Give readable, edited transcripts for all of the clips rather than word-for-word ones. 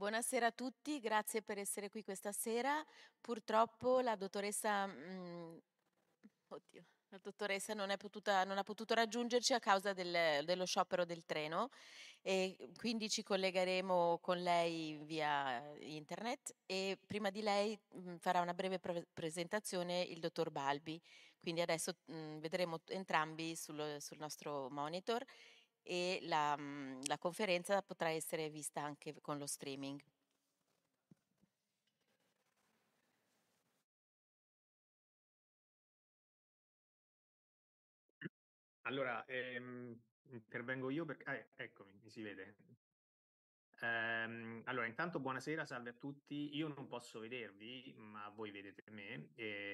Buonasera a tutti, grazie per essere qui questa sera. Purtroppo oddio, la dottoressa non ha potuto raggiungerci a causa dello sciopero del treno e quindi ci collegheremo con lei via internet e prima di lei farà una breve presentazione il dottor Balbi. Quindi adesso vedremo entrambi sul nostro monitor e la conferenza potrà essere vista anche con lo streaming. Allora, intervengo io perché eccomi, mi si vede. Allora, intanto buonasera, salve a tutti. Io non posso vedervi, ma voi vedete me.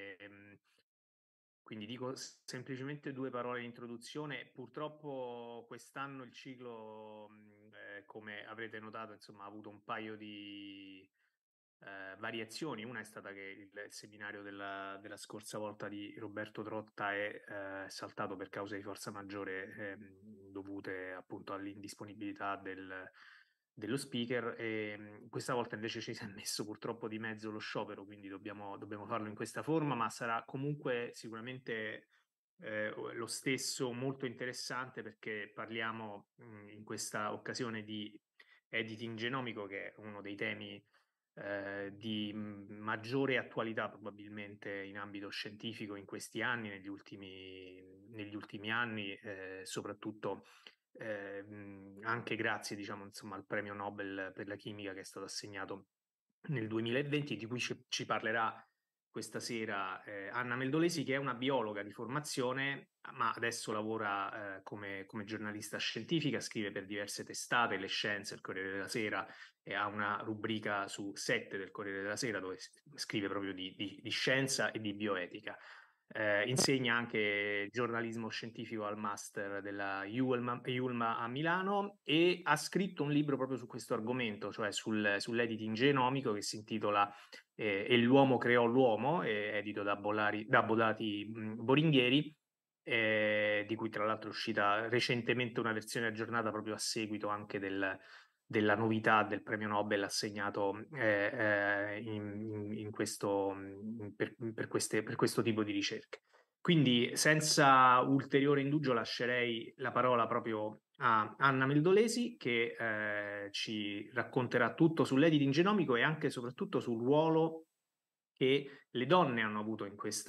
Quindi dico semplicemente due parole di introduzione. Purtroppo quest'anno il ciclo, come avrete notato, insomma, ha avuto un paio di variazioni. Una è stata che il seminario della scorsa volta di Roberto Trotta è saltato per cause di forza maggiore dovute appunto all'indisponibilità dello speaker e questa volta invece ci si è messo purtroppo di mezzo lo sciopero, quindi dobbiamo farlo in questa forma, ma sarà comunque sicuramente lo stesso molto interessante perché parliamo in questa occasione di editing genomico, che è uno dei temi di maggiore attualità probabilmente in ambito scientifico in questi anni, negli ultimi anni, soprattutto anche grazie, diciamo, insomma, al premio Nobel per la chimica che è stato assegnato nel 2020, di cui ci parlerà questa sera Anna Meldolesi, che è una biologa di formazione, ma adesso lavora come giornalista scientifica, scrive per diverse testate, Le Scienze, il Corriere della Sera, e ha una rubrica su 7 del Corriere della Sera dove scrive proprio di scienza e di bioetica. Insegna anche giornalismo scientifico al master della IULMA a Milano e ha scritto un libro proprio su questo argomento, cioè sull'editing genomico, che si intitola E l'uomo creò l'uomo, edito da Bollati Boringhieri, di cui tra l'altro è uscita recentemente una versione aggiornata proprio a seguito anche della novità del premio Nobel assegnato per questo tipo di ricerche. Quindi, senza ulteriore indugio, lascerei la parola proprio a Anna Meldolesi, che ci racconterà tutto sull'editing genomico e anche e soprattutto sul ruolo che le donne hanno avuto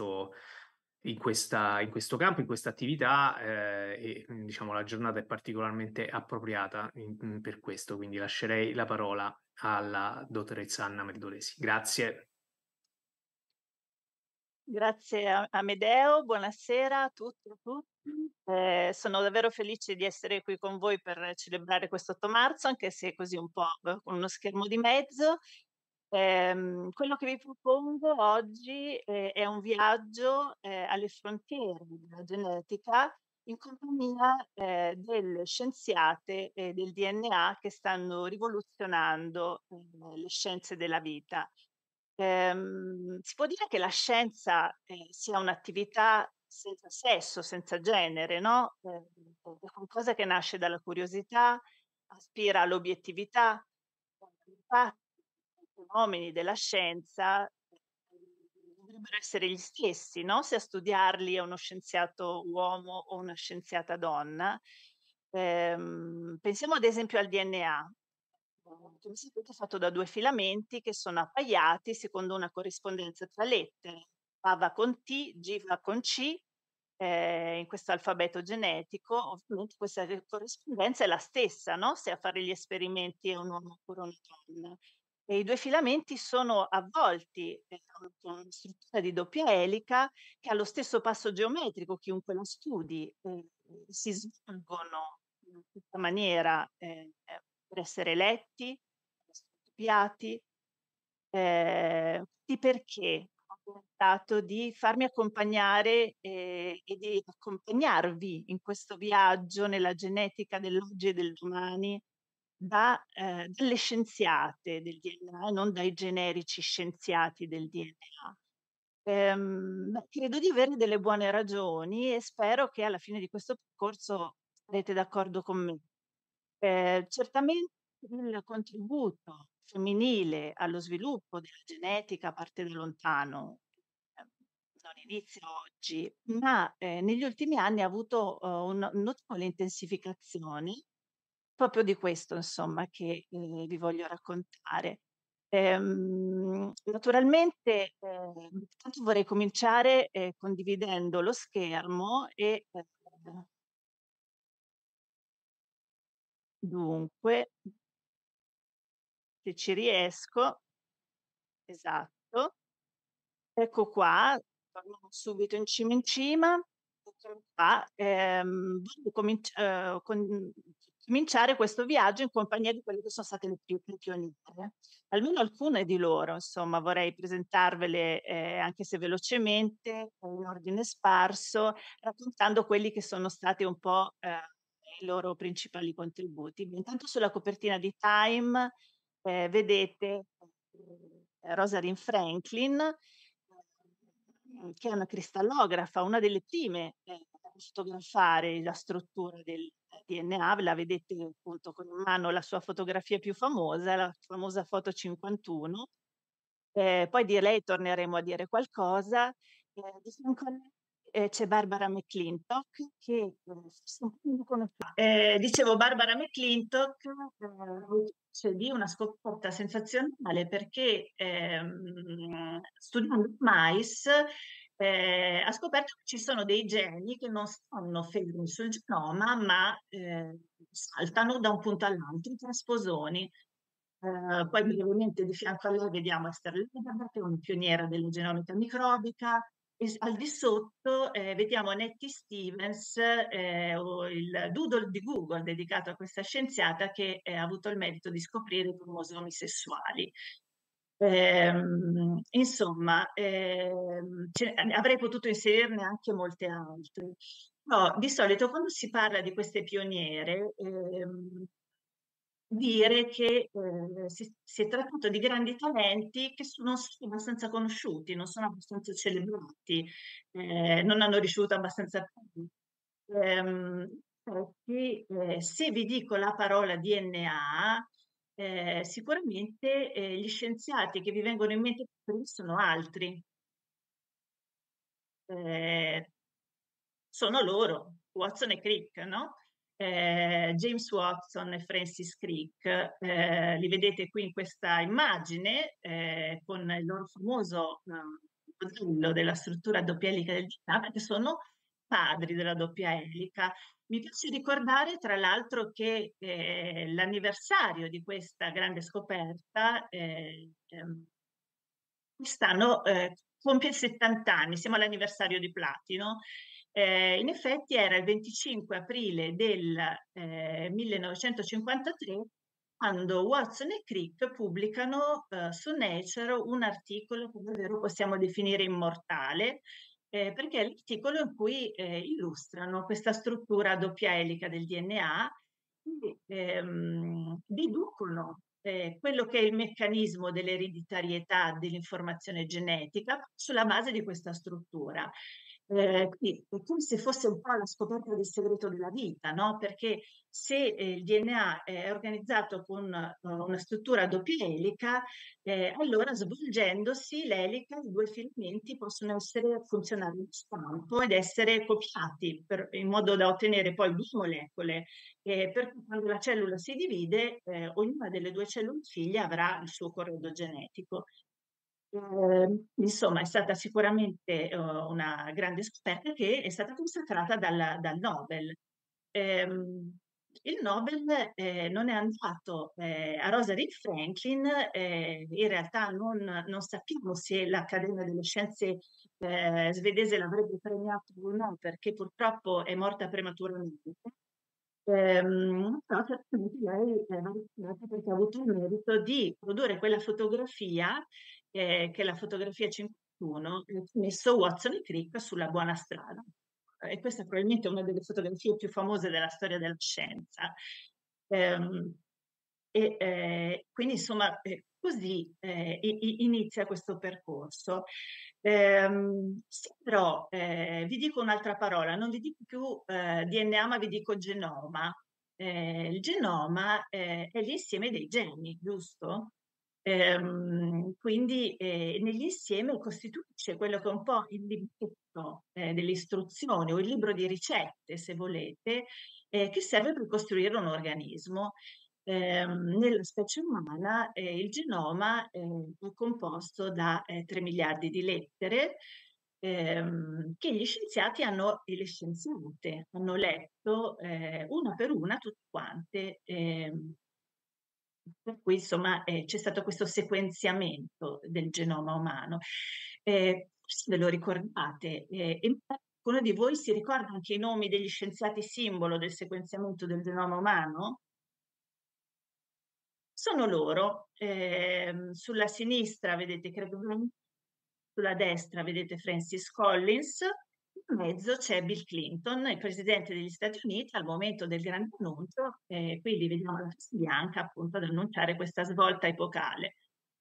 in questo campo, in questa attività, e diciamo la giornata è particolarmente appropriata per questo, quindi lascerei la parola alla dottoressa Anna Meldolesi. Grazie. Grazie a Amedeo, buonasera a tutte e a tutti. Sono davvero felice di essere qui con voi per celebrare questo 8 marzo, anche se così un po' con uno schermo di mezzo. Quello che vi propongo oggi, è un viaggio, alle frontiere della genetica in compagnia, delle scienziate, del DNA che stanno rivoluzionando, le scienze della vita. Si può dire che la scienza, sia un'attività senza sesso, senza genere, no, è qualcosa che nasce dalla curiosità, aspira all'obiettività. Infatti i fenomeni della scienza, dovrebbero essere gli stessi, no, se a studiarli è uno scienziato uomo o una scienziata donna. Pensiamo ad esempio al DNA. Come sapete è fatto da 2 filamenti che sono appaiati secondo una corrispondenza tra lettere. A va con T, G va con C, in questo alfabeto genetico. Ovviamente questa corrispondenza è la stessa, no, se a fare gli esperimenti è un uomo oppure una donna. E i 2 filamenti sono avvolti, con una struttura di doppia elica che ha lo stesso passo geometrico, chiunque lo studi, si svolgono in questa maniera, per essere letti, copiati. Quindi perché ho pensato di farmi accompagnare, e di accompagnarvi in questo viaggio nella genetica dell'oggi e del domani dalle scienziate del DNA e non dai generici scienziati del DNA. Beh, credo di avere delle buone ragioni e spero che alla fine di questo percorso sarete d'accordo con me. Certamente il contributo femminile allo sviluppo della genetica parte da lontano, non inizia oggi, ma negli ultimi anni ha avuto una notevole intensificazione proprio di questo, insomma, che vi voglio raccontare. Naturalmente, intanto vorrei cominciare condividendo lo schermo e dunque, se ci riesco, esatto. Ecco qua, torniamo subito in cima. Eccomi qua. Voglio cominciare questo viaggio in compagnia di quelle che sono state le pioniere. Almeno alcune di loro, insomma, vorrei presentarvele, anche se velocemente, in ordine sparso, raccontando quelli che sono stati un po', i loro principali contributi. Intanto sulla copertina di Time, vedete, Rosalind Franklin, che è una cristallografa, una delle prime, a fotografare la struttura del DNA. La vedete appunto con in mano la sua fotografia più famosa, la famosa foto 51. Poi di lei torneremo a dire qualcosa. Di fianco a lei, c'è Barbara McClintock che, forse un po' meno conosciuta. Dicevo Barbara McClintock, autrice di una scoperta sensazionale perché, studiando mais, ha scoperto che ci sono dei geni che non stanno fermi sul genoma, ma saltano da un punto all'altro, i trasposoni. Poi brevemente di fianco a lei vediamo Esther Lederer, che è una pioniera della genomica microbica, e al di sotto vediamo Nettie Stevens, o il doodle di Google dedicato a questa scienziata che ha avuto il merito di scoprire i cromosomi sessuali. Insomma, avrei potuto inserirne anche molte altre. No, di solito quando si parla di queste pioniere, dire che si è trattato di grandi talenti che non sono abbastanza conosciuti, non sono abbastanza celebrati, non hanno ricevuto abbastanza premi. Infatti, se vi dico la parola DNA, sicuramente gli scienziati che vi vengono in mente sono altri. Sono loro, Watson e Crick, no? James Watson e Francis Crick, li vedete qui in questa immagine con il loro famoso modello della struttura a doppia elica del DNA, che sono padri della doppia elica. Mi piace ricordare tra l'altro che l'anniversario di questa grande scoperta quest'anno compie 70 anni, siamo all'anniversario di Platino. In effetti era il 25 aprile del 1953 quando Watson e Crick pubblicano su Nature un articolo che davvero possiamo definire immortale, perché è l'articolo in cui illustrano questa struttura a doppia elica del DNA e deducono quello che è il meccanismo dell'ereditarietà dell'informazione genetica sulla base di questa struttura. Quindi è come se fosse un po' la scoperta del segreto della vita, no? Perché se il DNA è organizzato con una struttura a doppia elica, allora svolgendosi l'elica, i due filamenti possono essere funzionali in stampo ed essere copiati in modo da ottenere poi due molecole. Per cui quando la cellula si divide, ognuna delle due cellule figlie avrà il suo corredo genetico. Insomma, è stata sicuramente una grande scoperta che è stata consacrata dal Nobel. Il Nobel non è andato a Rosalind Franklin, in realtà non sappiamo se l'Accademia delle Scienze svedese l'avrebbe premiato o no, perché purtroppo è morta prematuramente. Però certamente lei va ricordata perché ha avuto il merito di produrre quella fotografia, che è la fotografia 51, che ha messo Watson e Crick sulla buona strada. E questa è probabilmente una delle fotografie più famose della storia della scienza. Quindi insomma così inizia questo percorso. Sì, però vi dico un'altra parola, non vi dico più DNA, ma vi dico genoma. Il genoma è l'insieme dei geni, giusto? Quindi nell'insieme costituisce quello che è un po' il libretto delle istruzioni o il libro di ricette, se volete, che serve per costruire un organismo. Nella specie umana il genoma è composto da 3 miliardi di lettere che gli scienziati e le scienziate hanno letto una per una tutte quante. Per cui insomma c'è stato questo sequenziamento del genoma umano. Forse ve lo ricordate, e qualcuno di voi si ricorda anche i nomi degli scienziati simbolo del sequenziamento del genoma umano? Sono loro. Sulla sinistra vedete Craig Venter, sulla destra vedete Francis Collins, in mezzo c'è Bill Clinton, il presidente degli Stati Uniti al momento del grande annuncio, qui li vediamo alla Casa Bianca appunto ad annunciare questa svolta epocale.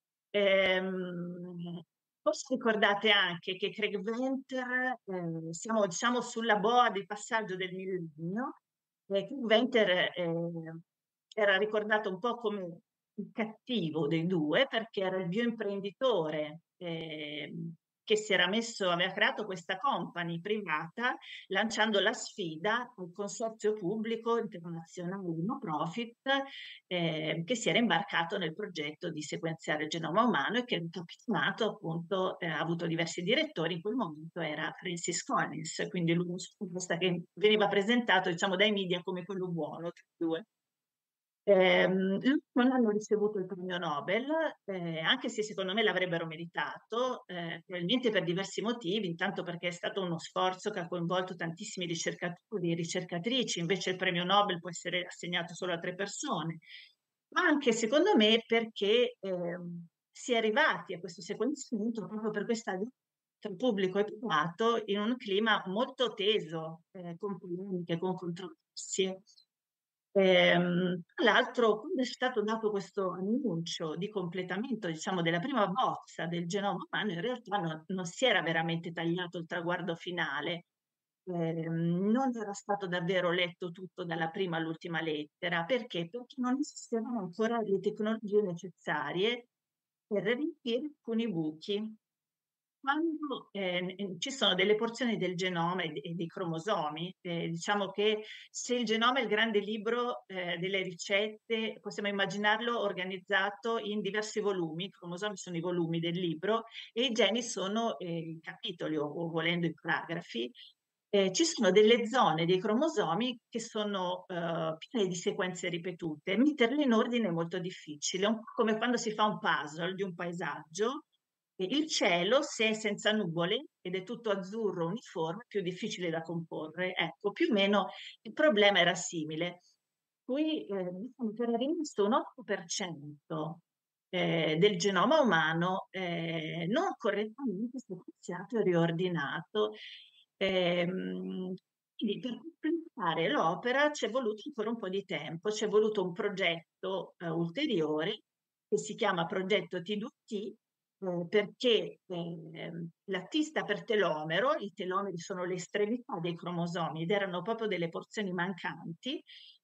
Forse ricordate anche che Craig Venter, siamo diciamo sulla boa di passaggio del millennio, Craig Venter era ricordato un po' come il cattivo dei due perché era il bioimprenditore che si era aveva creato questa company privata lanciando la sfida al consorzio pubblico internazionale no profit che si era imbarcato nel progetto di sequenziare il genoma umano e che il capitanato appunto ha avuto diversi direttori, in quel momento era Francis Collins, quindi lui che veniva presentato diciamo dai media come quello buono tra i due. Non hanno ricevuto il premio Nobel, anche se secondo me l'avrebbero meritato, probabilmente per diversi motivi, intanto perché è stato uno sforzo che ha coinvolto tantissimi ricercatori e ricercatrici, invece il premio Nobel può essere assegnato solo a 3 persone, ma anche secondo me perché si è arrivati a questo sequenziamento proprio per questa tra pubblico e privato in un clima molto teso, con polemiche, con controversie. Tra l'altro, quando è stato dato questo annuncio di completamento, diciamo, della prima bozza del genoma umano, in realtà non si era veramente tagliato il traguardo finale. Non era stato davvero letto tutto dalla prima all'ultima lettera. Perché? Perché non esistevano ancora le tecnologie necessarie per riempire alcuni buchi. Quando ci sono delle porzioni del genoma e dei cromosomi, diciamo che se il genoma è il grande libro delle ricette, possiamo immaginarlo organizzato in diversi volumi, i cromosomi sono i volumi del libro e i geni sono i capitoli o volendo i paragrafi. Ci sono delle zone dei cromosomi che sono piene di sequenze ripetute. Metterle in ordine è molto difficile, un po' come quando si fa un puzzle di un paesaggio. Il cielo, se è senza nuvole ed è tutto azzurro uniforme, è più difficile da comporre. Ecco, più o meno il problema era simile. Qui diciamo che era rimasto un 8% del genoma umano non correttamente sequenziato e riordinato. Quindi per completare l'opera ci è voluto ancora un po' di tempo, ci è voluto un progetto ulteriore che si chiama progetto T2T perché la tista per telomero, i telomeri sono le estremità dei cromosomi ed erano proprio delle porzioni mancanti,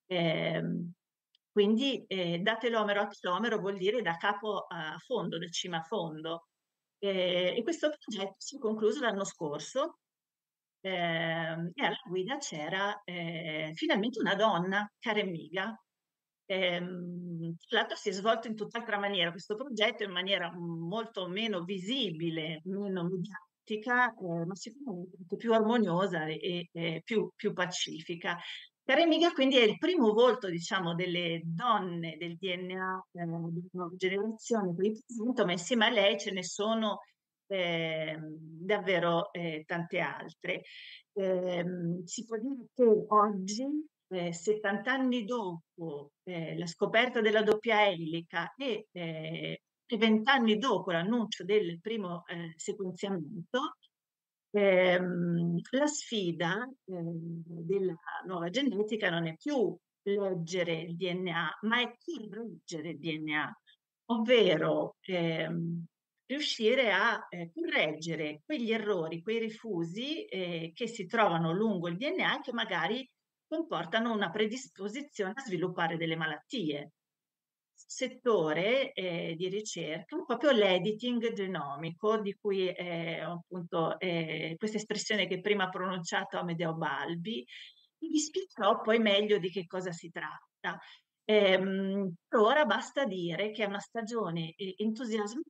quindi da telomero a telomero vuol dire da capo a fondo, da cima a fondo. E questo progetto si è concluso l'anno scorso e alla guida c'era finalmente una donna, Karen Miga. Tra l'altro si è svolto in tutt'altra maniera questo progetto, in maniera molto meno visibile, meno mediatica, ma sicuramente anche più armoniosa e più pacifica. Karen Miga quindi è il primo volto, diciamo, delle donne del DNA della nuova generazione qui presente, ma insieme a lei ce ne sono davvero tante altre. Si può dire che oggi, 70 anni dopo la scoperta della doppia elica e 20 anni dopo l'annuncio del primo sequenziamento, la sfida della nuova genetica non è più leggere il DNA, ma è correggere il DNA, ovvero riuscire a correggere quegli errori, quei rifusi che si trovano lungo il DNA e che magari comportano una predisposizione a sviluppare delle malattie. settore di ricerca, proprio l'editing genomico, di cui appunto questa espressione che prima ha pronunciato Amedeo Balbi, e vi spiegherò poi meglio di che cosa si tratta. Per ora basta dire che è una stagione entusiasmante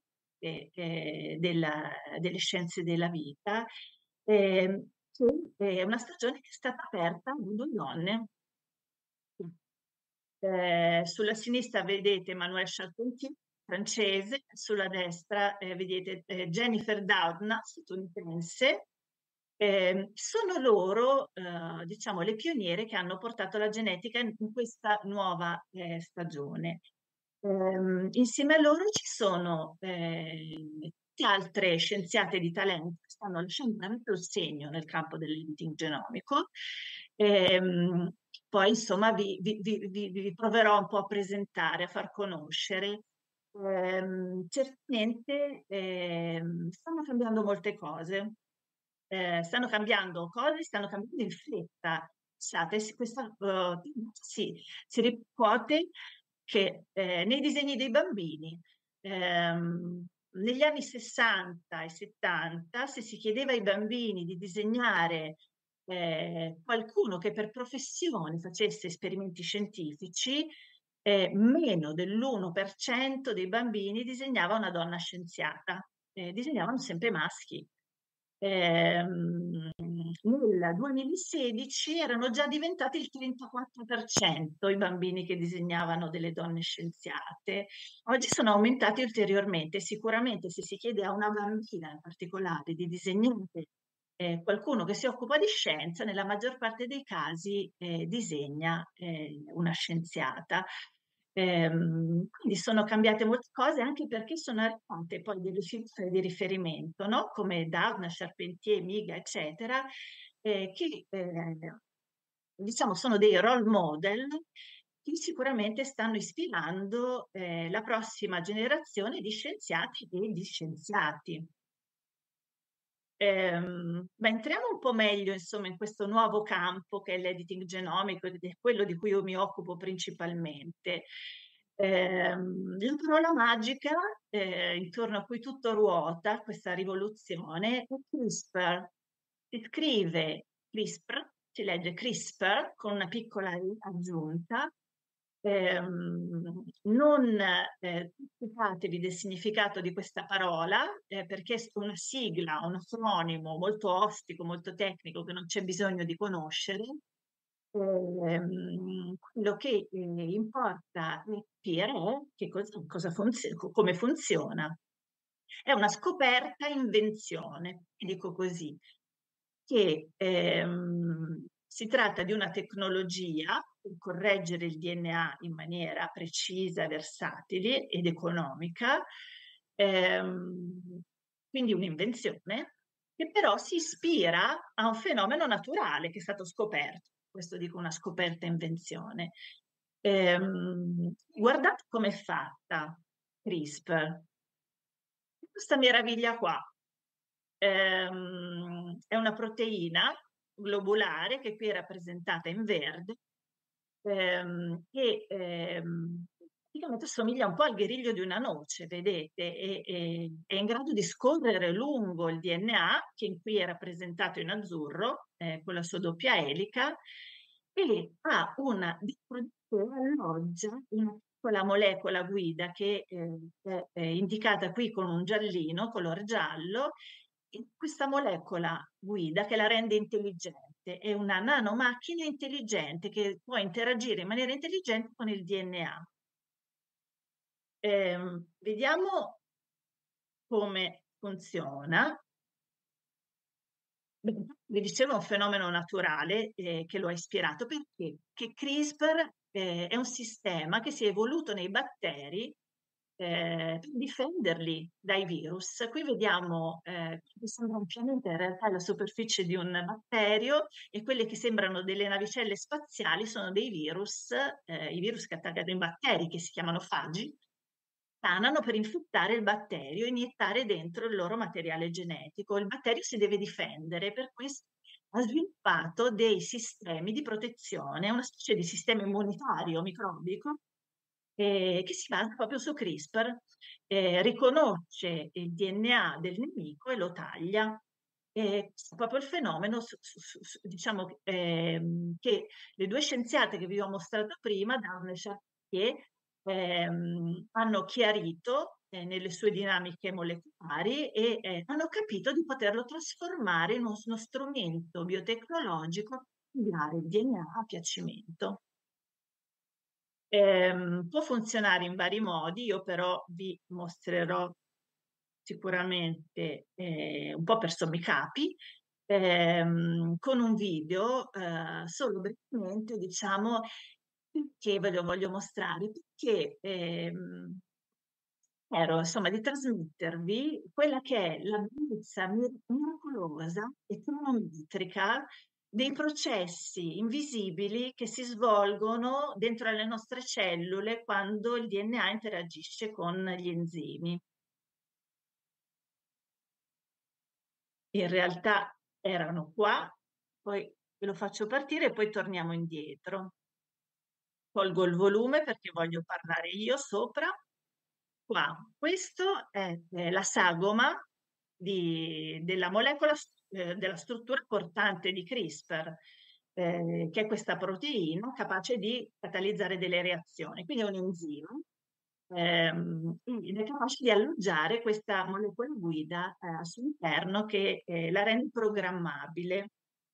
delle scienze della vita, che è una stagione che è stata aperta a due donne. Sulla sinistra vedete Emmanuelle Charpentier, francese, sulla destra vedete Jennifer Doudna, statunitense. Sono loro, diciamo, le pioniere che hanno portato la genetica in questa nuova stagione. Insieme a loro ci sono altre scienziate di talento che stanno lasciando veramente il segno nel campo dell'editing genomico. Poi insomma vi proverò un po' a presentare, a far conoscere. Certamente stanno cambiando molte cose. Stanno cambiando cose, stanno cambiando in fretta. Pensate, questa si ripercuote che nei disegni dei bambini, negli anni 60 e 70, se si chiedeva ai bambini di disegnare qualcuno che per professione facesse esperimenti scientifici, meno dell'1% dei bambini disegnava una donna scienziata, disegnavano sempre maschi. Nel 2016 erano già diventati il 34% i bambini che disegnavano delle donne scienziate. Oggi sono aumentati ulteriormente. Sicuramente se si chiede a una bambina in particolare di disegnare qualcuno che si occupa di scienza, nella maggior parte dei casi disegna una scienziata. Quindi sono cambiate molte cose anche perché sono arrivate poi delle figure di riferimento, no? Come Doudna, Charpentier, Miga, eccetera, che diciamo sono dei role model che sicuramente stanno ispirando la prossima generazione di scienziati e di scienziati. Ma entriamo un po' meglio, insomma, in questo nuovo campo che è l'editing genomico, ed è quello di cui io mi occupo principalmente. La parola magica intorno a cui tutto ruota, questa rivoluzione, è CRISPR. Si scrive CRISPR, si legge CRISPR con una piccola I aggiunta. Non occupatevi del significato di questa parola perché è una sigla, un acronimo molto ostico, molto tecnico che non c'è bisogno di conoscere. Quello che importa capire è che come funziona. È una scoperta invenzione, dico così, che si tratta di una tecnologia per correggere il DNA in maniera precisa, versatile ed economica, quindi un'invenzione che però si ispira a un fenomeno naturale che è stato scoperto. Questo dico una scoperta invenzione. Guardate com'è fatta CRISPR. Questa meraviglia qua. È una proteina globulare che qui è rappresentata in verde, che praticamente somiglia un po' al guerriglio di una noce, vedete, è in grado di scorrere lungo il DNA, che qui è rappresentato in azzurro, con la sua doppia elica, e ha una alloggia una piccola molecola guida che è indicata qui con un giallino, colore giallo, e questa molecola guida che la rende intelligente, è una nanomacchina intelligente che può interagire in maniera intelligente con il DNA. Vediamo come funziona. Vi dicevo, è un fenomeno naturale che lo ha ispirato perché che CRISPR è un sistema che si è evoluto nei batteri per difenderli dai virus. Qui vediamo che sembra un pianeta, in realtà è la superficie di un batterio, e quelle che sembrano delle navicelle spaziali sono dei virus, i virus che attaccano i batteri, che si chiamano fagi, stanano per infettare il batterio e iniettare dentro il loro materiale genetico. Il batterio si deve difendere, per questo ha sviluppato dei sistemi di protezione, una specie di sistema immunitario microbico che si basa proprio su CRISPR, riconosce il DNA del nemico e lo taglia. Questo è proprio il fenomeno, diciamo, che le due scienziate che vi ho mostrato prima, Down e Charpentier, hanno chiarito nelle sue dinamiche molecolari e hanno capito di poterlo trasformare in uno strumento biotecnologico per cambiare il DNA a piacimento. Può funzionare in vari modi, io però vi mostrerò sicuramente un po' per sommi capi, con un video solo brevemente, diciamo, che ve lo voglio mostrare, perché spero insomma di trasmettervi quella che è la bellezza miracolosa e cronometrica dei processi invisibili che si svolgono dentro le nostre cellule quando il DNA interagisce con gli enzimi. In realtà erano qua, poi ve lo faccio partire e poi torniamo indietro. Tolgo il volume perché voglio parlare io sopra. Qua, questo è la sagoma della molecola, della struttura portante di CRISPR, che è questa proteina capace di catalizzare delle reazioni. Quindi è un enzima ed è capace di alloggiare questa molecola guida al suo interno che la rende programmabile.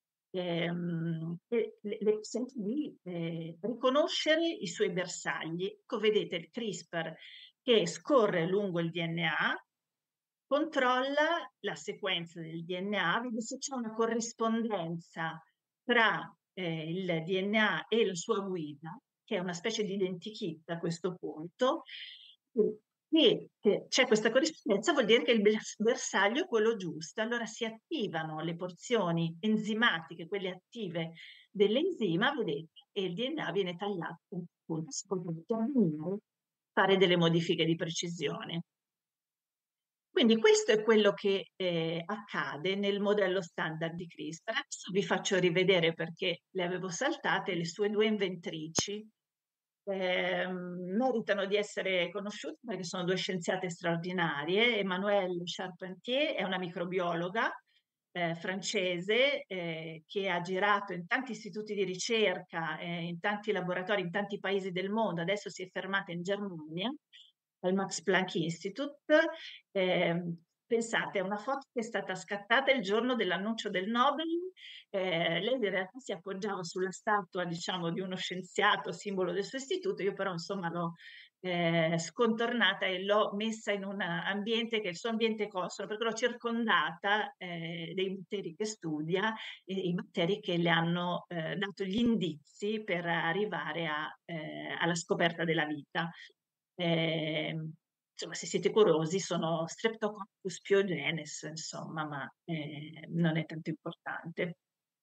E le consente di riconoscere i suoi bersagli. Ecco, vedete il CRISPR che scorre lungo il DNA, controlla la sequenza del DNA, vede se c'è una corrispondenza tra il DNA e la sua guida, che è una specie di identikit a questo punto, e c'è questa corrispondenza vuol dire che il bersaglio è quello giusto, allora si attivano le porzioni enzimatiche, quelle attive dell'enzima, vedete, e il DNA viene tagliato, appunto, si può intervenire, fare delle modifiche di precisione. Quindi questo è quello che accade nel modello standard di CRISPR. Adesso vi faccio rivedere, perché le avevo saltate, le sue due inventrici. Meritano di essere conosciute perché sono due scienziate straordinarie. Emmanuelle Charpentier è una microbiologa francese che ha girato in tanti istituti di ricerca, in tanti laboratori, in tanti paesi del mondo. Adesso si è fermata in Germania, al Max Planck Institute. Pensate, è una foto che è stata scattata il giorno dell'annuncio del Nobel. Lei in realtà si appoggiava sulla statua, diciamo, di uno scienziato, simbolo del suo istituto. Io però, insomma, l'ho scontornata e l'ho messa in un ambiente che è il suo ambiente consono, perché l'ho circondata dei batteri che studia e i batteri che le hanno dato gli indizi per arrivare alla scoperta della vita. Insomma, se siete curiosi, sono Streptococcus pyogenes, insomma, ma non è tanto importante.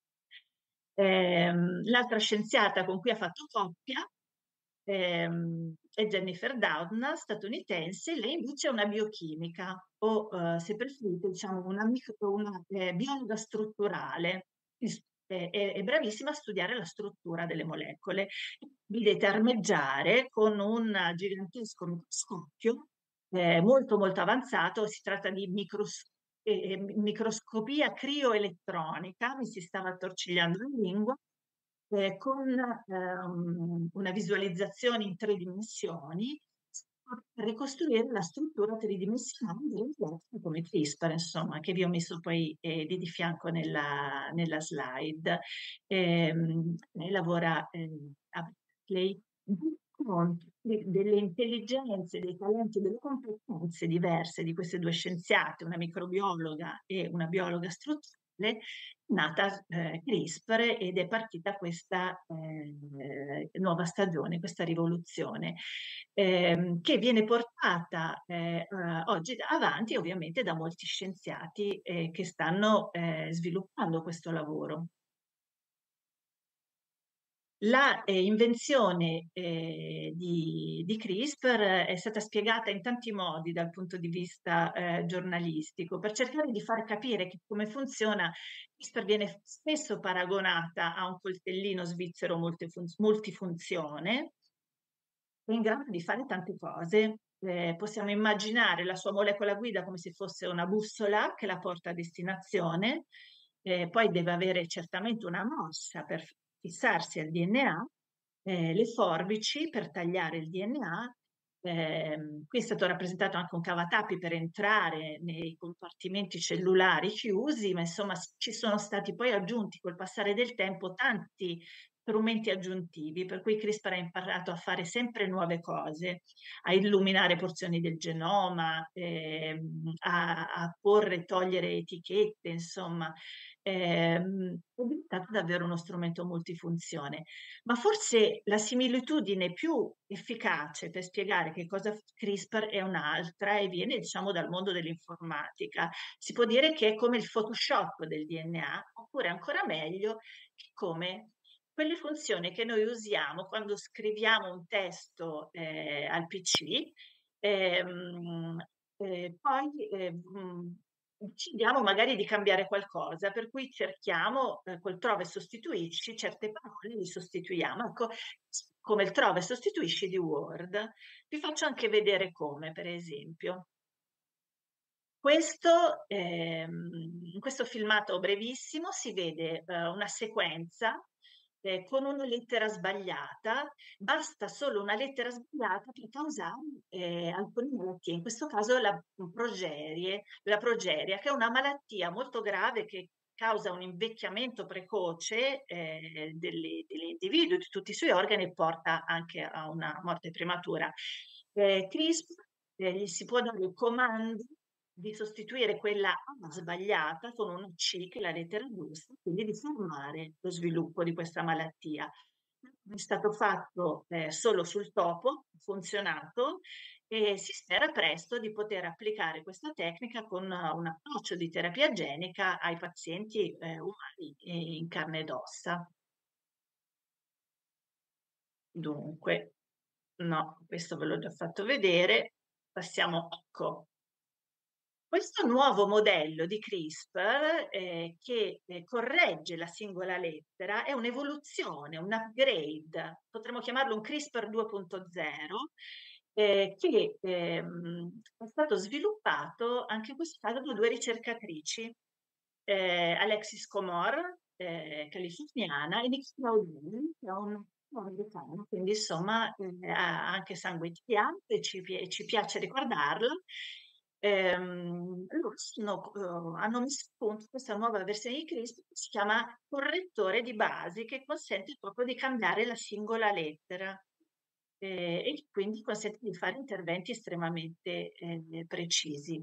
L'altra scienziata con cui ha fatto coppia è Jennifer Doudna, statunitense. Lei invece è una biochimica o, se preferite, diciamo una biologa strutturale. È bravissima a studiare la struttura delle molecole. Vedete armeggiare con un gigantesco microscopio molto molto avanzato. Si tratta di microscopia crioelettronica, mi si stava attorcigliando la lingua, con una visualizzazione in 3 dimensioni per ricostruire la struttura tridimensionale delle molecole come CRISPR, insomma, che vi ho messo poi lì di fianco nella slide. Lei lavora a Berkeley, delle intelligenze, dei talenti, delle competenze diverse di queste due scienziate, una microbiologa e una biologa strutturale, nata CRISPR ed è partita questa nuova stagione, questa rivoluzione che viene portata oggi avanti ovviamente da molti scienziati che stanno sviluppando questo lavoro. La invenzione di CRISPR è stata spiegata in tanti modi dal punto di vista giornalistico, per cercare di far capire che come funziona. CRISPR viene spesso paragonata a un coltellino svizzero multifunzione, è in grado di fare tante cose. Possiamo immaginare la sua molecola guida come se fosse una bussola che la porta a destinazione, poi deve avere certamente una mossa per fissarsi al DNA, le forbici per tagliare il DNA. Qui è stato rappresentato anche un cavatappi per entrare nei compartimenti cellulari chiusi, ma insomma ci sono stati poi aggiunti col passare del tempo tanti strumenti aggiuntivi, per cui CRISPR ha imparato a fare sempre nuove cose, a illuminare porzioni del genoma, a porre e togliere etichette, insomma, è diventato davvero uno strumento multifunzione. Ma forse la similitudine più efficace per spiegare che cosa CRISPR è un'altra e viene, diciamo, dal mondo dell'informatica. Si può dire che è come il Photoshop del DNA, oppure ancora meglio, come quelle funzioni che noi usiamo quando scriviamo un testo al PC, poi decidiamo magari di cambiare qualcosa, per cui cerchiamo col trova e sostituisci certe parole, li sostituiamo. Ecco, come il trova e sostituisci di Word. Vi faccio anche vedere come, per esempio. In questo filmato brevissimo si vede una sequenza con una lettera sbagliata, basta solo una lettera sbagliata per causare alcune malattie, in questo caso la progeria, che è una malattia molto grave che causa un invecchiamento precoce dell'individuo, di tutti i suoi organi e porta anche a una morte prematura. CRISPR gli si può dare il comando di sostituire quella A sbagliata con una C, che è la lettera giusta, quindi di fermare lo sviluppo di questa malattia. È stato fatto solo sul topo, ha funzionato e si spera presto di poter applicare questa tecnica con un approccio di terapia genica ai pazienti umani in carne ed ossa. Dunque, no, questo ve l'ho già fatto vedere. Passiamo, ecco. Questo nuovo modello di CRISPR che corregge la singola lettera è un'evoluzione, un upgrade, potremmo chiamarlo un CRISPR 2.0, che è stato sviluppato anche in questo caso da due ricercatrici, Alexis Comor, californiana, e Nicola O'Donnell, che è un americano, quindi insomma ha anche sangue italiano e ci piace ricordarlo. Loro hanno messo a punto questa nuova versione di CRISPR che si chiama correttore di basi, che consente proprio di cambiare la singola lettera e quindi consente di fare interventi estremamente precisi.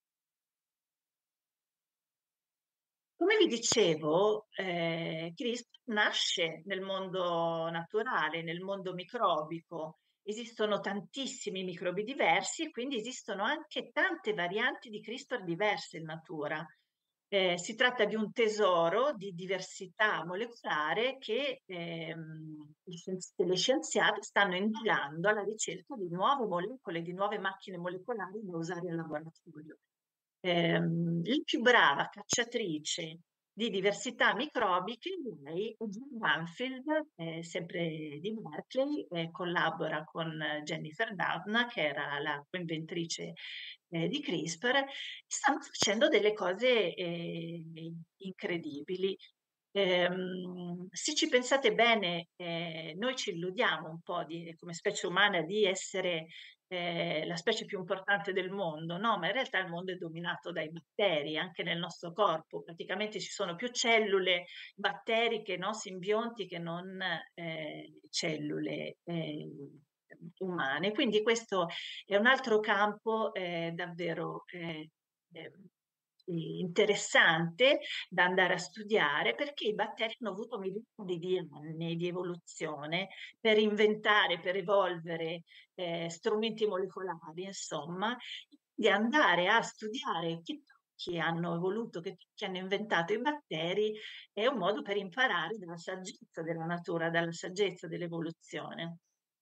Come vi dicevo, CRISPR nasce nel mondo naturale, nel mondo microbico. Esistono tantissimi microbi diversi e quindi esistono anche tante varianti di CRISPR diverse in natura. Si tratta di un tesoro di diversità molecolare che le scienziate stanno indagando alla ricerca di nuove molecole, di nuove macchine molecolari da usare in laboratorio. La più brava cacciatrice di diversità microbiche, lei è Jill Banfield, sempre di Berkeley, collabora con Jennifer Doudna, che era la coinventrice di CRISPR, stanno facendo delle cose incredibili. Se ci pensate bene, noi ci illudiamo un po' come specie umana di essere la specie più importante del mondo, no? Ma in realtà il mondo è dominato dai batteri, anche nel nostro corpo. Praticamente ci sono più cellule batteriche, no? Simbionti, che non cellule umane. Quindi questo è un altro campo davvero interessante da andare a studiare, perché i batteri hanno avuto milioni di anni di evoluzione per inventare, per evolvere strumenti molecolari, insomma, di andare a studiare che hanno evoluto, che hanno inventato i batteri, è un modo per imparare dalla saggezza della natura, dalla saggezza dell'evoluzione.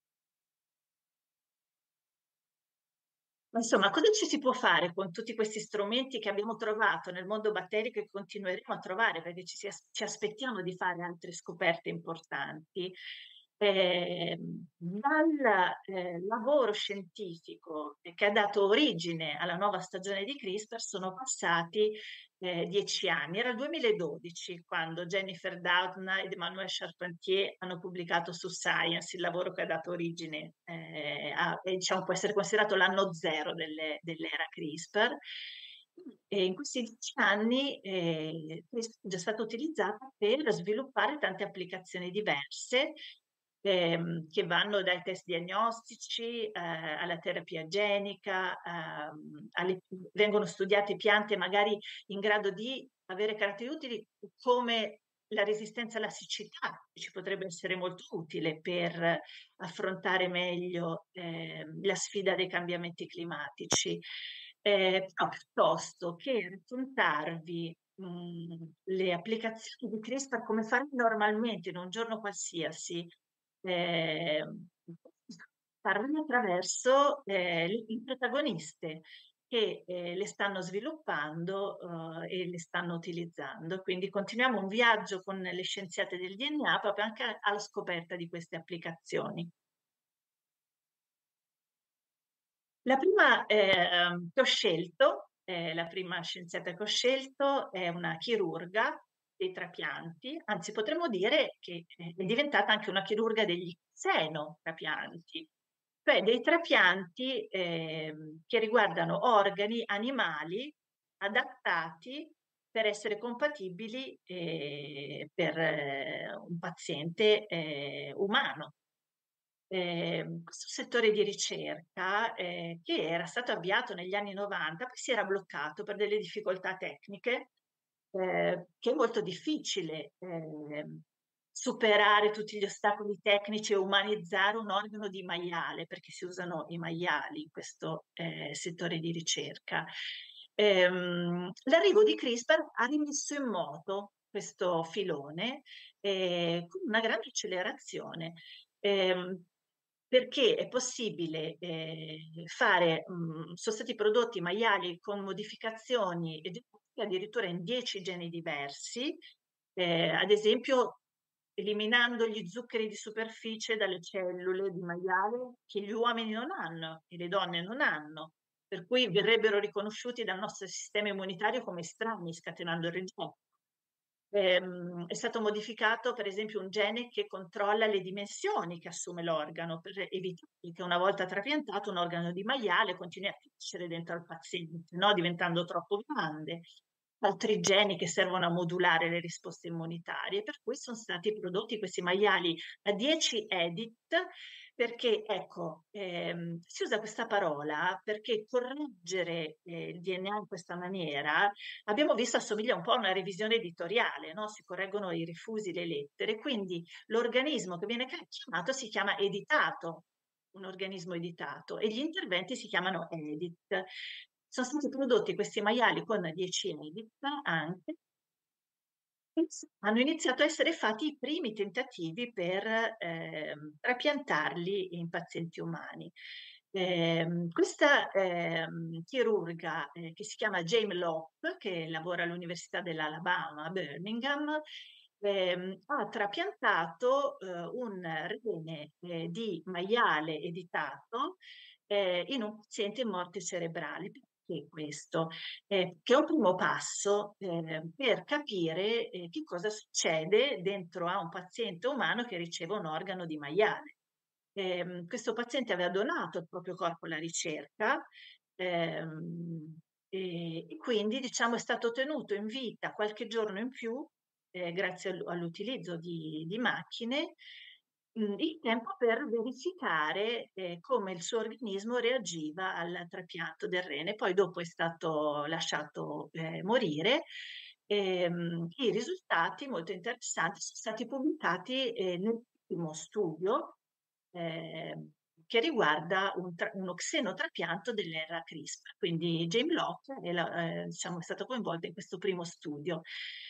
Ma insomma, cosa ci si può fare con tutti questi strumenti che abbiamo trovato nel mondo batterico e che continueremo a trovare, perché ci aspettiamo di fare altre scoperte importanti? Dal lavoro scientifico che ha dato origine alla nuova stagione di CRISPR sono passati 10 anni. Era il 2012 quando Jennifer Doudna ed Emmanuel Charpentier hanno pubblicato su Science il lavoro che ha dato origine diciamo, può essere considerato l'anno zero dell'era CRISPR. E in questi 10 anni CRISPR è già stata utilizzata per sviluppare tante applicazioni diverse che vanno dai test diagnostici alla terapia genica, vengono studiate piante magari in grado di avere caratteri utili come la resistenza alla siccità, che ci potrebbe essere molto utile per affrontare meglio la sfida dei cambiamenti climatici. Però piuttosto che raccontarvi le applicazioni di CRISPR come fare normalmente in un giorno qualsiasi, eh, parlano attraverso le protagoniste che le stanno sviluppando e le stanno utilizzando. Quindi continuiamo un viaggio con le scienziate del DNA proprio anche alla scoperta di queste applicazioni. La prima che ho scelto, la prima scienziata che ho scelto è una chirurga dei trapianti, anzi potremmo dire che è diventata anche una chirurga degli xenotrapianti, cioè dei trapianti che riguardano organi animali adattati per essere compatibili per un paziente umano. Questo settore di ricerca, che era stato avviato negli anni 90, poi si era bloccato per delle difficoltà tecniche, che è molto difficile superare tutti gli ostacoli tecnici e umanizzare un organo di maiale, perché si usano i maiali in questo settore di ricerca. L'arrivo di CRISPR ha rimesso in moto questo filone con una grande accelerazione. Perché è possibile fare, sono stati prodotti maiali con modificazioni addirittura in 10 geni diversi, ad esempio eliminando gli zuccheri di superficie dalle cellule di maiale che gli uomini non hanno e le donne non hanno, per cui verrebbero riconosciuti dal nostro sistema immunitario come strani, scatenando il rigetto. È stato modificato per esempio un gene che controlla le dimensioni che assume l'organo per evitare che una volta trapiantato un organo di maiale continui a crescere dentro al paziente, no? Diventando troppo grande. Altri geni che servono a modulare le risposte immunitarie, per cui sono stati prodotti questi maiali a 10 edit, perché ecco, si usa questa parola perché correggere il DNA in questa maniera abbiamo visto assomiglia un po' a una revisione editoriale, no? Si correggono i rifusi, le lettere, quindi l'organismo che viene chiamato si chiama editato, un organismo editato, e gli interventi si chiamano edit. Sono stati prodotti questi maiali con 10 edit anche, e hanno iniziato a essere fatti i primi tentativi per trapiantarli in pazienti umani. Questa chirurga che si chiama Jane Locke, che lavora all'Università dell'Alabama a Birmingham, ha trapiantato un rene di maiale editato in un paziente in morte cerebrale. Perché questo? Che è un primo passo per capire che cosa succede dentro a un paziente umano che riceve un organo di maiale. Questo paziente aveva donato il proprio corpo alla ricerca e quindi diciamo, è stato tenuto in vita qualche giorno in più grazie all'utilizzo di macchine il tempo per verificare come il suo organismo reagiva al trapianto del rene. Poi dopo è stato lasciato morire. I risultati molto interessanti sono stati pubblicati nell'ultimo studio che riguarda uno xenotrapianto dell'era CRISPR. Quindi Jane Locke diciamo, è stata coinvolta in questo primo studio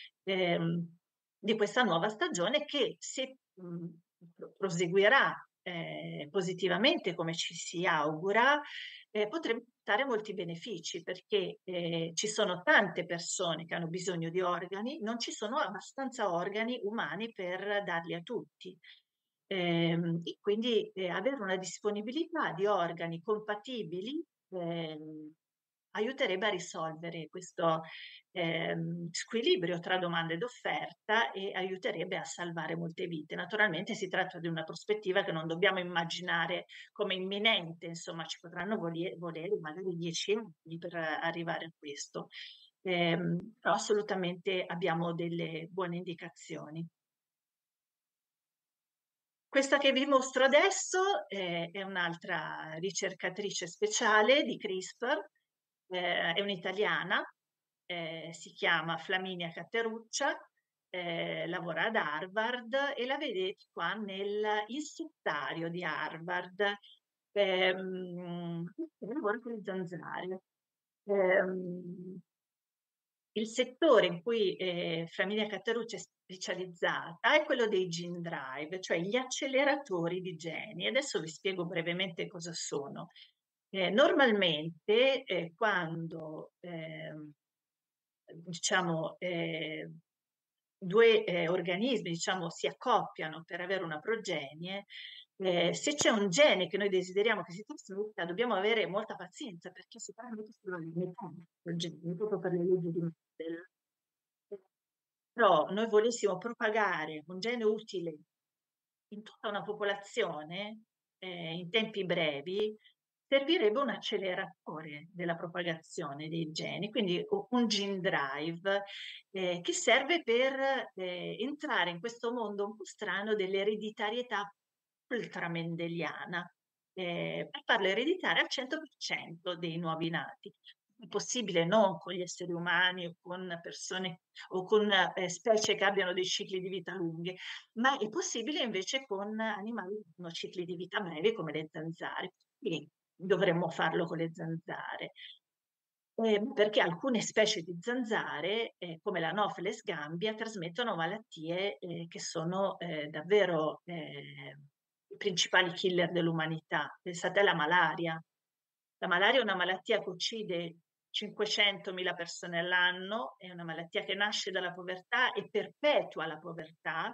di questa nuova stagione che se proseguirà positivamente come ci si augura, potrebbe portare molti benefici perché ci sono tante persone che hanno bisogno di organi, non ci sono abbastanza organi umani per darli a tutti. E quindi avere una disponibilità di organi compatibili aiuterebbe a risolvere questo squilibrio tra domanda ed offerta e aiuterebbe a salvare molte vite. Naturalmente si tratta di una prospettiva che non dobbiamo immaginare come imminente, insomma ci potranno volere magari 10 anni per arrivare a questo, però assolutamente abbiamo delle buone indicazioni. Questa che vi mostro adesso è un'altra ricercatrice speciale di CRISPR, è un'italiana, si chiama Flaminia Catteruccia, lavora ad Harvard e la vedete qua nel insettario di Harvard, lavora con le zanzare. Il settore in cui Flaminia Catteruccia è specializzata è quello dei gene drive, cioè gli acceleratori di geni. Adesso vi spiego brevemente cosa sono. Normalmente quando diciamo, due organismi diciamo, si accoppiano per avere una progenie, se c'è un gene che noi desideriamo che si trasmetta, dobbiamo avere molta pazienza perché si trasmette solo la metà del gene, proprio per le leggi di Mendel. Però noi volessimo propagare un gene utile in tutta una popolazione in tempi brevi, servirebbe un acceleratore della propagazione dei geni, quindi un gene drive che serve per entrare in questo mondo un po' strano dell'ereditarietà ultramendeliana, per farlo ereditare al 100% dei nuovi nati. È possibile non con gli esseri umani o con persone o con specie che abbiano dei cicli di vita lunghi, ma è possibile invece con animali che hanno cicli di vita brevi come le zanzare. Quindi dovremmo farlo con le zanzare. Perché alcune specie di zanzare, come l'Anopheles gambia, trasmettono malattie che sono davvero i principali killer dell'umanità. Pensate alla malaria. La malaria è una malattia che uccide 500.000 persone all'anno, è una malattia che nasce dalla povertà e perpetua la povertà,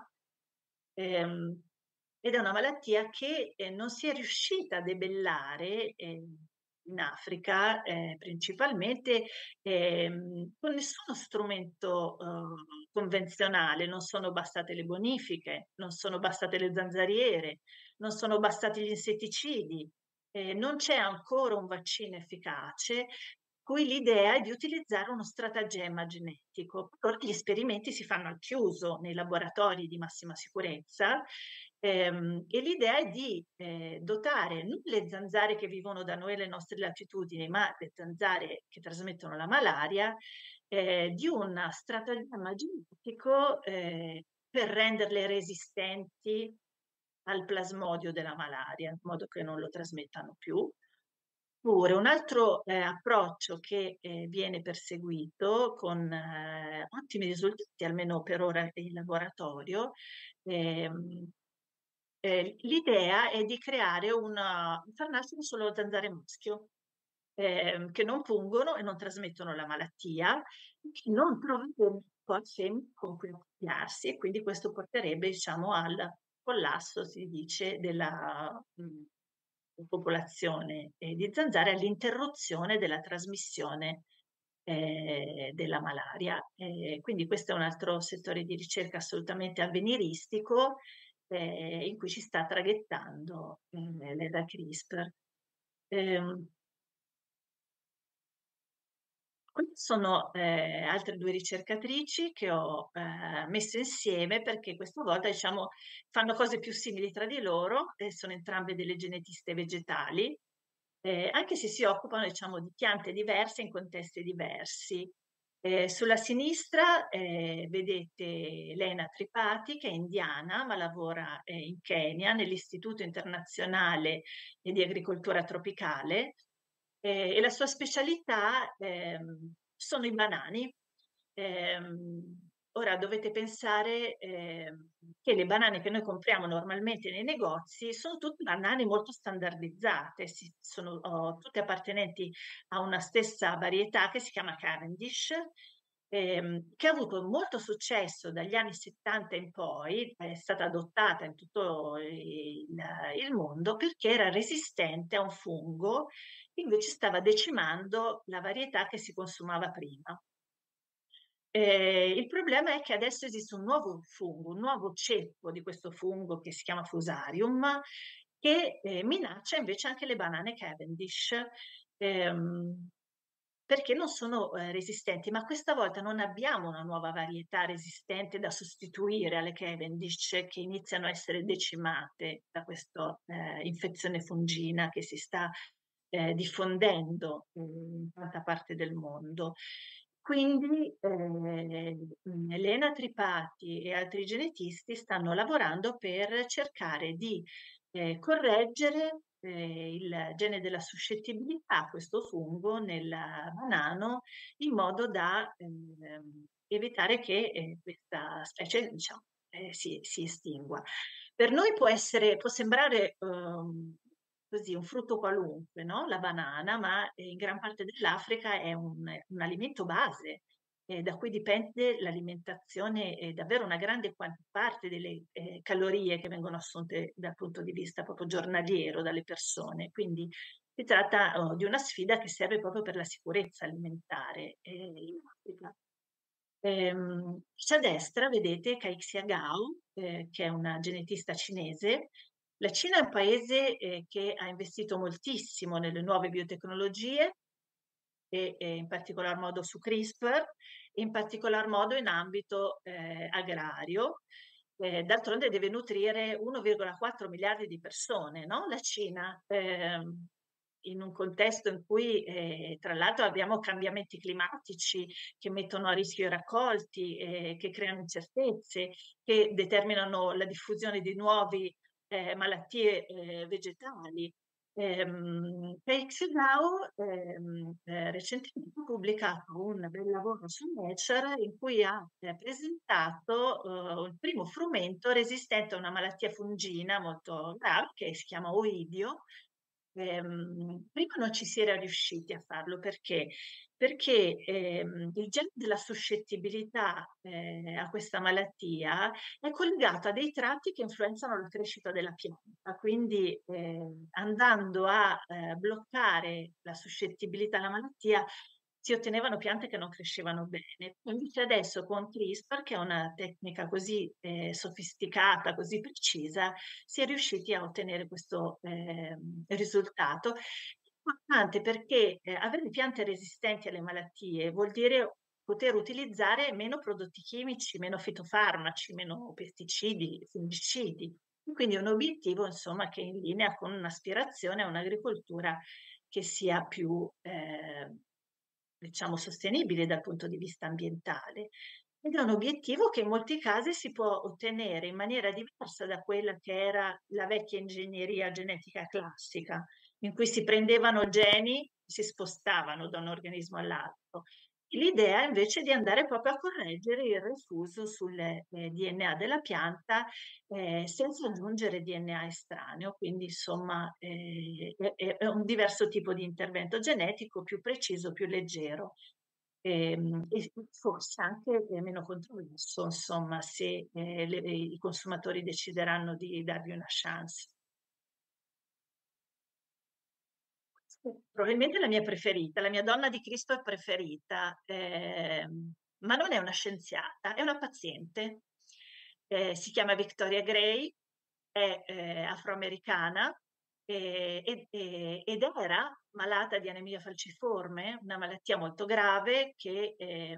ed è una malattia che non si è riuscita a debellare in Africa principalmente con nessuno strumento convenzionale. Non sono bastate le bonifiche, non sono bastate le zanzariere, non sono bastati gli insetticidi, non c'è ancora un vaccino efficace, cui l'idea è di utilizzare uno stratagemma genetico. Allora, gli esperimenti si fanno al chiuso nei laboratori di massima sicurezza e l'idea è di dotare non le zanzare che vivono da noi alle nostre latitudini, ma le zanzare che trasmettono la malaria, di un stratagemma genetico per renderle resistenti al plasmodio della malaria, in modo che non lo trasmettano più. Oppure un altro approccio che viene perseguito con ottimi risultati, almeno per ora in laboratorio, l'idea è di creare far nascere solo zanzare maschio, che non pungono e non trasmettono la malattia, che non trovano poi femmine con cui accoppiarsi, e quindi questo porterebbe, diciamo, al collasso, si dice, della popolazione di zanzare, all'interruzione della trasmissione della malaria. Quindi questo è un altro settore di ricerca assolutamente avveniristico in cui ci sta traghettando l'era CRISPR. Queste sono altre due ricercatrici che ho messo insieme perché questa volta diciamo, fanno cose più simili tra di loro, sono entrambe delle genetiste vegetali, anche se si occupano diciamo, di piante diverse in contesti diversi. Sulla sinistra vedete Lena Tripati, che è indiana ma lavora in Kenya nell'Istituto Internazionale di Agricoltura Tropicale, e la sua specialità sono i banani. Ora dovete pensare che le banane che noi compriamo normalmente nei negozi sono tutte banane molto standardizzate, sono tutte appartenenti a una stessa varietà che si chiama Cavendish, che ha avuto molto successo dagli anni 70 in poi, è stata adottata in tutto il mondo perché era resistente a un fungo che invece stava decimando la varietà che si consumava prima. Il problema è che adesso esiste un nuovo fungo, un nuovo ceppo di questo fungo che si chiama Fusarium, che minaccia invece anche le banane Cavendish, ehm, perché non sono resistenti, ma questa volta non abbiamo una nuova varietà resistente da sostituire alle Cavendish che iniziano a essere decimate da questa infezione fungina che si sta diffondendo in tanta parte del mondo. Quindi Elena Tripati e altri genetisti stanno lavorando per cercare di correggere il gene della suscettibilità a questo fungo nel banano in modo da evitare che questa specie, diciamo, si estingua. Per noi può sembrare così un frutto qualunque, no? La banana, ma in gran parte dell'Africa è un alimento base, da cui dipende l'alimentazione, davvero una grande parte delle calorie che vengono assunte dal punto di vista proprio giornaliero dalle persone. Quindi si tratta di una sfida che serve proprio per la sicurezza alimentare in Africa. A destra vedete Caixia Gao, che è una genetista cinese. La Cina è un paese che ha investito moltissimo nelle nuove biotecnologie e in particolar modo su CRISPR, in particolar modo in ambito agrario. D'altronde deve nutrire 1,4 miliardi di persone, no? La Cina, in un contesto in cui tra l'altro abbiamo cambiamenti climatici che mettono a rischio i raccolti, che creano incertezze, che determinano la diffusione di nuove malattie vegetali. Peixegao recentemente ha pubblicato un bel lavoro su Nature in cui ha presentato il primo frumento resistente a una malattia fungina molto grave che si chiama oidio. Prima non ci si era riusciti a farlo perché il gene della suscettibilità a questa malattia è collegato a dei tratti che influenzano la crescita della pianta, quindi andando a bloccare la suscettibilità alla malattia si ottenevano piante che non crescevano bene. Invece adesso con CRISPR, che è una tecnica così sofisticata, così precisa, si è riusciti a ottenere questo risultato. Importante perché avere piante resistenti alle malattie vuol dire poter utilizzare meno prodotti chimici, meno fitofarmaci, meno pesticidi, fungicidi. Quindi è un obiettivo, insomma, che è in linea con un'aspirazione a un'agricoltura che sia più, diciamo, sostenibile dal punto di vista ambientale. Ed è un obiettivo che in molti casi si può ottenere in maniera diversa da quella che era la vecchia ingegneria genetica classica, in cui si prendevano geni e si spostavano da un organismo all'altro. L'idea invece è di andare proprio a correggere il refuso sul DNA della pianta senza aggiungere DNA estraneo, quindi insomma è un diverso tipo di intervento genetico più preciso, più leggero e forse anche meno controverso, insomma, se i consumatori decideranno di dargli una chance. Probabilmente la mia preferita, la mia donna di Cristo preferita, ma non è una scienziata, è una paziente. Si chiama Victoria Gray, è afroamericana ed era malata di anemia falciforme, una malattia molto grave che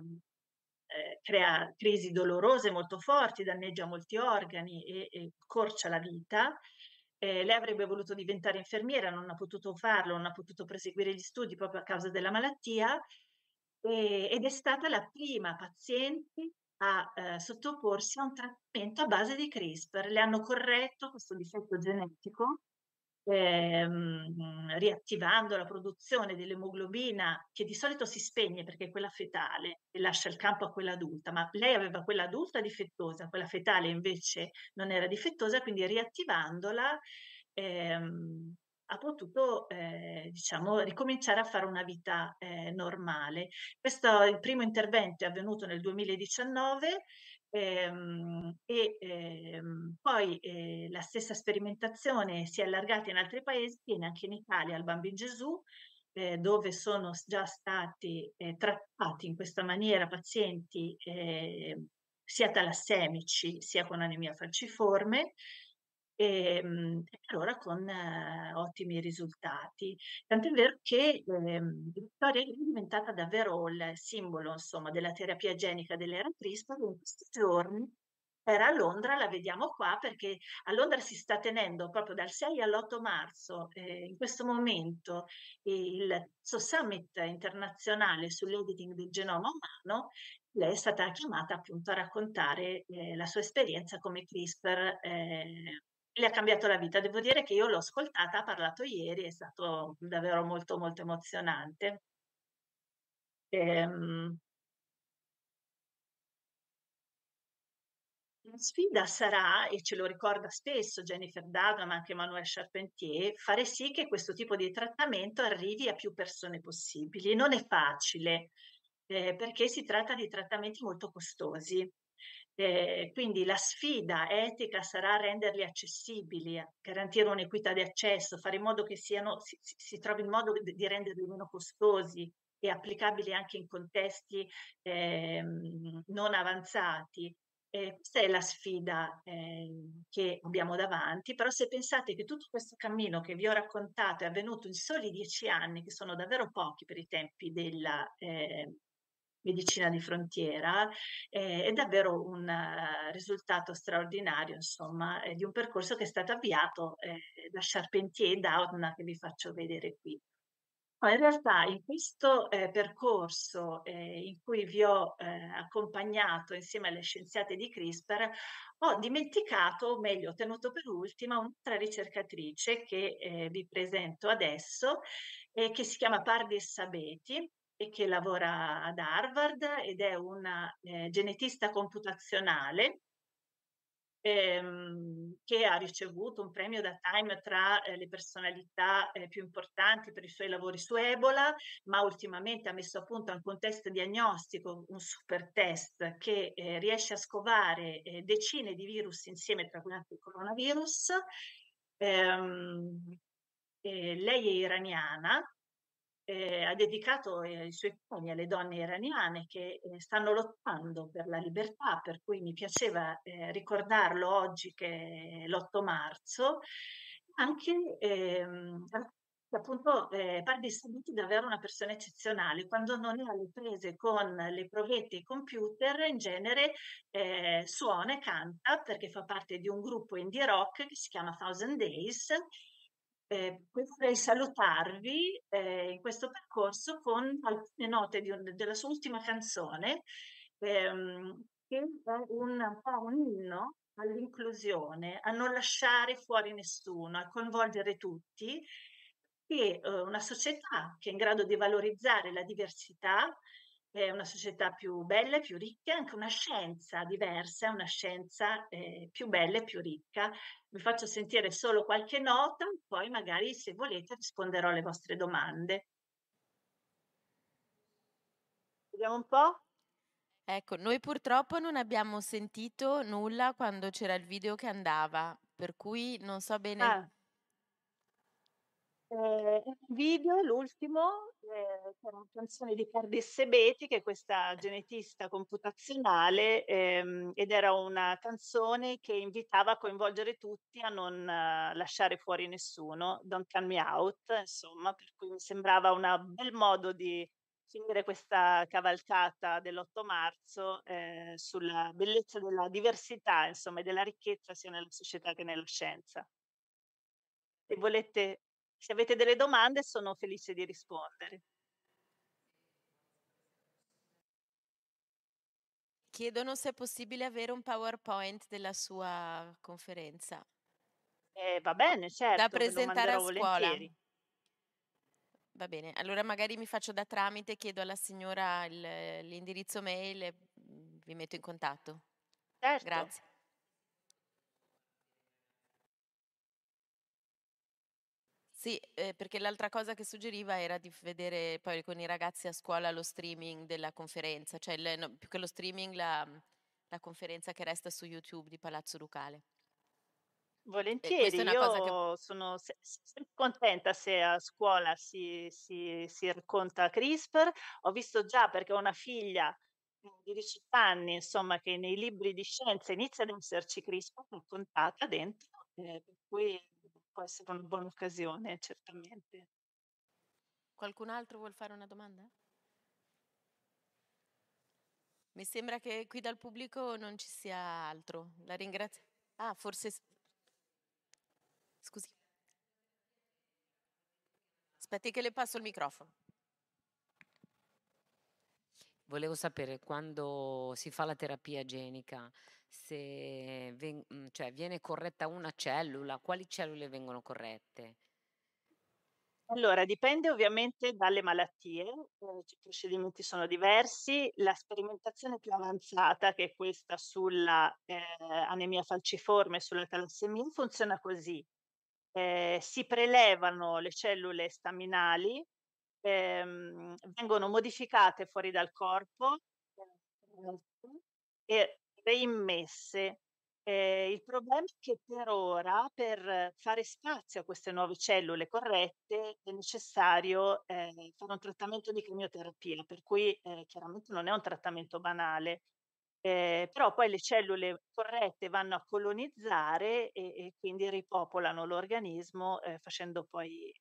crea crisi dolorose molto forti, danneggia molti organi e accorcia la vita. Lei avrebbe voluto diventare infermiera, non ha potuto farlo, non ha potuto proseguire gli studi proprio a causa della malattia ed è stata la prima paziente a sottoporsi a un trattamento a base di CRISPR. Le hanno corretto questo difetto genetico riattivando la produzione dell'emoglobina che di solito si spegne perché è quella fetale e lascia il campo a quella adulta, ma lei aveva quella adulta difettosa, quella fetale invece non era difettosa, quindi riattivandola ha potuto, diciamo, ricominciare a fare una vita normale. Questo, il primo intervento è avvenuto nel 2019 poi la stessa sperimentazione si è allargata in altri paesi, e anche in Italia al Bambino Gesù, dove sono già stati trattati in questa maniera pazienti sia talassemici sia con anemia falciforme, per ora con ottimi risultati. Tant'è vero che Victoria è diventata davvero il simbolo, insomma, della terapia genica dell'era CRISPR. In questi giorni era a Londra, la vediamo qua, perché a Londra si sta tenendo proprio dal 6 all'8 marzo, in questo momento, il summit internazionale sull'editing del genoma umano. Lei è stata chiamata appunto a raccontare la sua esperienza come CRISPR le ha cambiato la vita. Devo dire che io l'ho ascoltata, ha parlato ieri, è stato davvero molto molto emozionante. La sfida sarà, e ce lo ricorda spesso Jennifer Doudna, ma anche Emmanuelle Charpentier, fare sì che questo tipo di trattamento arrivi a più persone possibili. Non è facile, perché si tratta di trattamenti molto costosi. Quindi la sfida etica sarà renderli accessibili, garantire un'equità di accesso, fare in modo che si trovi il modo di renderli meno costosi e applicabili anche in contesti non avanzati. Questa è la sfida che abbiamo davanti, però se pensate che tutto questo cammino che vi ho raccontato è avvenuto in soli 10 anni, che sono davvero pochi per i tempi della medicina di frontiera, è davvero un risultato straordinario, insomma, di un percorso che è stato avviato da Charpentier e Doudna, che vi faccio vedere qui. In realtà in questo percorso in cui vi ho accompagnato insieme alle scienziate di CRISPR, ho dimenticato, o meglio, ho tenuto per ultima un'altra ricercatrice che vi presento adesso, che si chiama Pardis Sabeti e che lavora ad Harvard ed è una genetista computazionale che ha ricevuto un premio da Time tra le personalità più importanti per i suoi lavori su Ebola, ma ultimamente ha messo a punto un test diagnostico, un super test che riesce a scovare decine di virus insieme, tra cui anche il coronavirus. Lei è iraniana, ha dedicato i suoi poemi alle donne iraniane che stanno lottando per la libertà, per cui mi piaceva ricordarlo oggi che è l'8 marzo, anche appunto Pardi Saluti davvero una persona eccezionale. Quando non è alle prese con le provette e i computer, in genere suona e canta perché fa parte di un gruppo indie rock che si chiama Thousand Days. Vorrei salutarvi in questo percorso con alcune note della sua ultima canzone, che è un po' un inno all'inclusione, a non lasciare fuori nessuno, a coinvolgere tutti, e una società che è in grado di valorizzare la diversità è una società più bella e più ricca, anche una scienza diversa, una scienza più bella e più ricca. Vi faccio sentire solo qualche nota, poi magari se volete risponderò alle vostre domande. Vediamo un po'. Ecco, noi purtroppo non abbiamo sentito nulla quando c'era il video che andava, per cui non so bene. Il video, l'ultimo, che era una canzone di Pardis Sebeti, che è questa genetista computazionale, ed era una canzone che invitava a coinvolgere tutti, a non lasciare fuori nessuno, Don't Count Me Out, insomma, per cui mi sembrava un bel modo di finire questa cavalcata dell'8 marzo sulla bellezza della diversità, insomma, e della ricchezza sia nella società che nella scienza. Se avete delle domande sono felice di rispondere. Chiedono se è possibile avere un PowerPoint della sua conferenza. Va bene, certo, Da ve lo presentare manderò a scuola. volentieri. Va bene, allora magari mi faccio da tramite, chiedo alla signora l'indirizzo mail e vi metto in contatto. Certo. Grazie. Sì, perché l'altra cosa che suggeriva era di vedere poi con i ragazzi a scuola lo streaming della conferenza, cioè no, più che lo streaming la conferenza che resta su YouTube di Palazzo Ducale. E questa è Volentieri, una cosa che io sono sempre contenta se a scuola si racconta CRISPR. Ho visto già, perché ho una figlia di 18 anni, insomma, che nei libri di scienza inizia ad esserci CRISPR raccontata dentro, per cui può essere una buona occasione, certamente. qualcun altro vuol fare una domanda? Mi sembra che qui dal pubblico non ci sia altro. La ringrazio. Ah, forse scusi. Aspetti che le passo il microfono. Volevo sapere quando si fa la terapia genica, se cioè viene corretta una cellula, quali cellule vengono corrette? Allora, dipende ovviamente dalle malattie, i procedimenti sono diversi. La sperimentazione più avanzata, che è questa sulla, anemia falciforme, sulla talassemia, funziona così: si prelevano le cellule staminali, vengono modificate fuori dal corpo, e reimmesse. Il problema è che per ora, per fare spazio a queste nuove cellule corrette, è necessario, fare un trattamento di chemioterapia, per cui, chiaramente non è un trattamento banale. Però poi le cellule corrette vanno a colonizzare e quindi ripopolano l'organismo, facendo poi,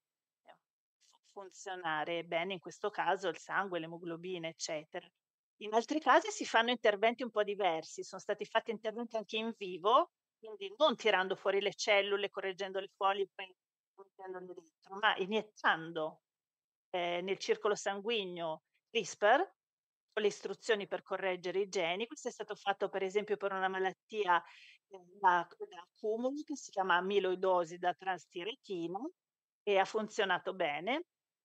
funzionare bene, in questo caso il sangue, l'emoglobina, eccetera. In altri casi si fanno interventi un po' diversi, sono stati fatti interventi anche in vivo, quindi non tirando fuori le cellule, correggendo le foglie, poi mettendole dentro, ma iniettando, nel circolo sanguigno CRISPR, con le istruzioni per correggere i geni. Questo è stato fatto per esempio per una malattia, da accumulo, che si chiama amiloidosi da transtiretina, e ha funzionato bene.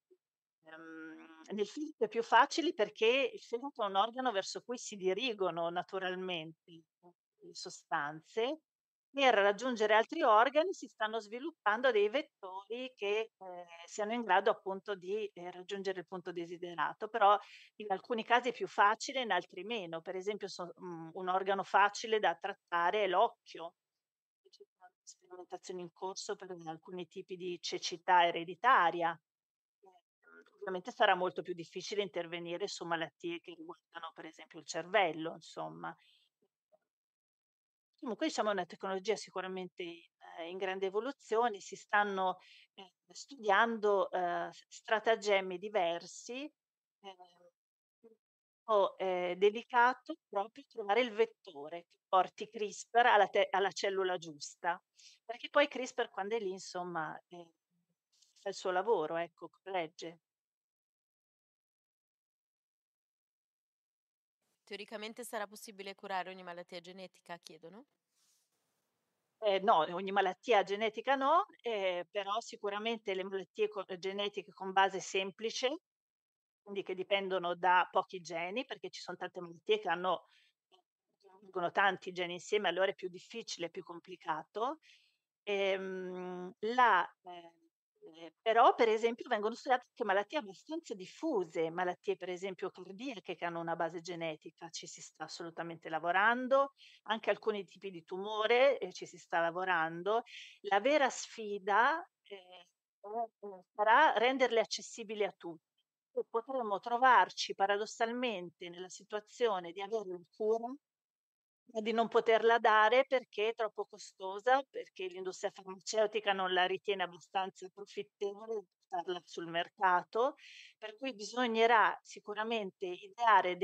Nel fegato è più facile, perché il fegato è un organo verso cui si dirigono naturalmente le sostanze. Per raggiungere altri organi si stanno sviluppando dei vettori che, siano in grado appunto di, raggiungere il punto desiderato, però in alcuni casi è più facile, in altri meno. Per esempio un organo facile da trattare è l'occhio. Ci sono sperimentazioni in corso per alcuni tipi di cecità ereditaria. Ovviamente sarà molto più difficile intervenire su malattie che riguardano per esempio il cervello, insomma. Comunque diciamo è una tecnologia sicuramente in grande evoluzione, si stanno, studiando, stratagemmi diversi, ehm, delicato proprio trovare il vettore che porti CRISPR alla cellula giusta, perché poi CRISPR quando è lì insomma, fa il suo lavoro, ecco, corregge. Teoricamente sarà possibile curare ogni malattia genetica, chiedono? No, ogni malattia genetica no, però sicuramente le malattie genetiche con base semplice, quindi che dipendono da pochi geni, perché ci son tante malattie che hanno tanti geni insieme, allora è più difficile, più complicato. Però per esempio vengono studiate anche malattie abbastanza diffuse, malattie per esempio cardiache che hanno una base genetica, ci si sta assolutamente lavorando, anche alcuni tipi di tumore, ci si sta lavorando. La vera sfida, sarà renderle accessibili a tutti, e potremmo trovarci paradossalmente nella situazione di avere una cura, ma di non poterla dare perché è troppo costosa, perché l'industria farmaceutica non la ritiene abbastanza profittevole da portarla sul mercato, per cui bisognerà sicuramente ideare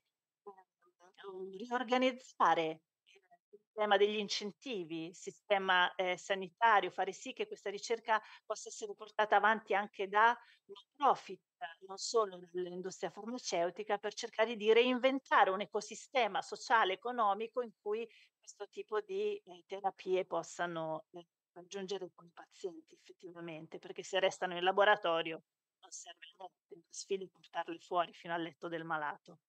riorganizzare il sistema degli incentivi, il sistema, sanitario, fare sì che questa ricerca possa essere portata avanti anche da no profit, non solo dall'industria farmaceutica, per cercare di reinventare un ecosistema sociale, economico in cui questo tipo di, terapie possano, raggiungere poi i pazienti effettivamente, perché se restano in laboratorio non serve a niente, la sfida è portarle fuori fino al letto del malato.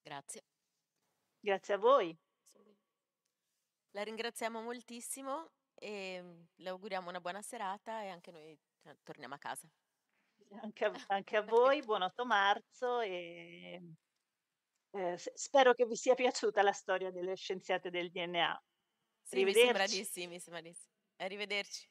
Grazie. Grazie a voi. La ringraziamo moltissimo le auguriamo una buona serata e anche noi torniamo a casa. Anche a voi, buon 8 marzo e spero che vi sia piaciuta la storia delle scienziate del DNA. Sì, mi sembra Arrivederci. di sì, mi sembra di sì. Arrivederci.